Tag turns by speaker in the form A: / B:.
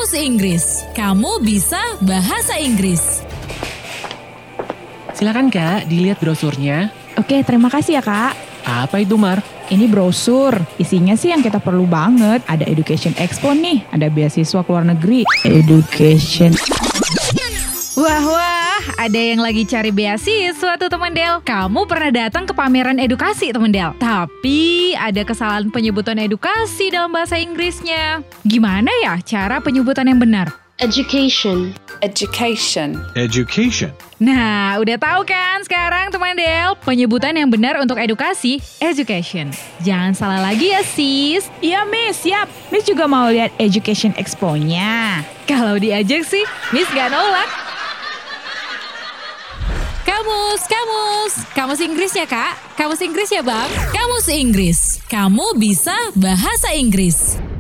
A: Kamus Inggris. Kamu bisa bahasa Inggris.
B: Silakan Kak, dilihat brosurnya.
C: Oke, terima kasih ya Kak.
B: Apa itu Mar?
C: Ini brosur, isinya sih yang kita perlu banget. Ada Education Expo nih, ada beasiswa ke luar negeri. Education.
D: Wah, ada yang lagi cari beasiswa tuh teman Del. Kamu pernah datang ke pameran edukasi teman Del. Tapi ada kesalahan penyebutan edukasi dalam bahasa Inggrisnya. Gimana ya cara penyebutan yang benar?
E: Education.
D: Nah, udah tahu kan sekarang teman Del, penyebutan yang benar untuk edukasi, education. Jangan salah lagi ya sis.
C: Iya Miss, siap. Miss juga mau lihat Education Expo-nya.
D: Kalau diajak sih, Miss gak nolak.
A: Kamus Inggris ya Kak? Kamus Inggris ya Bang? Kamus Inggris. Kamu bisa bahasa Inggris.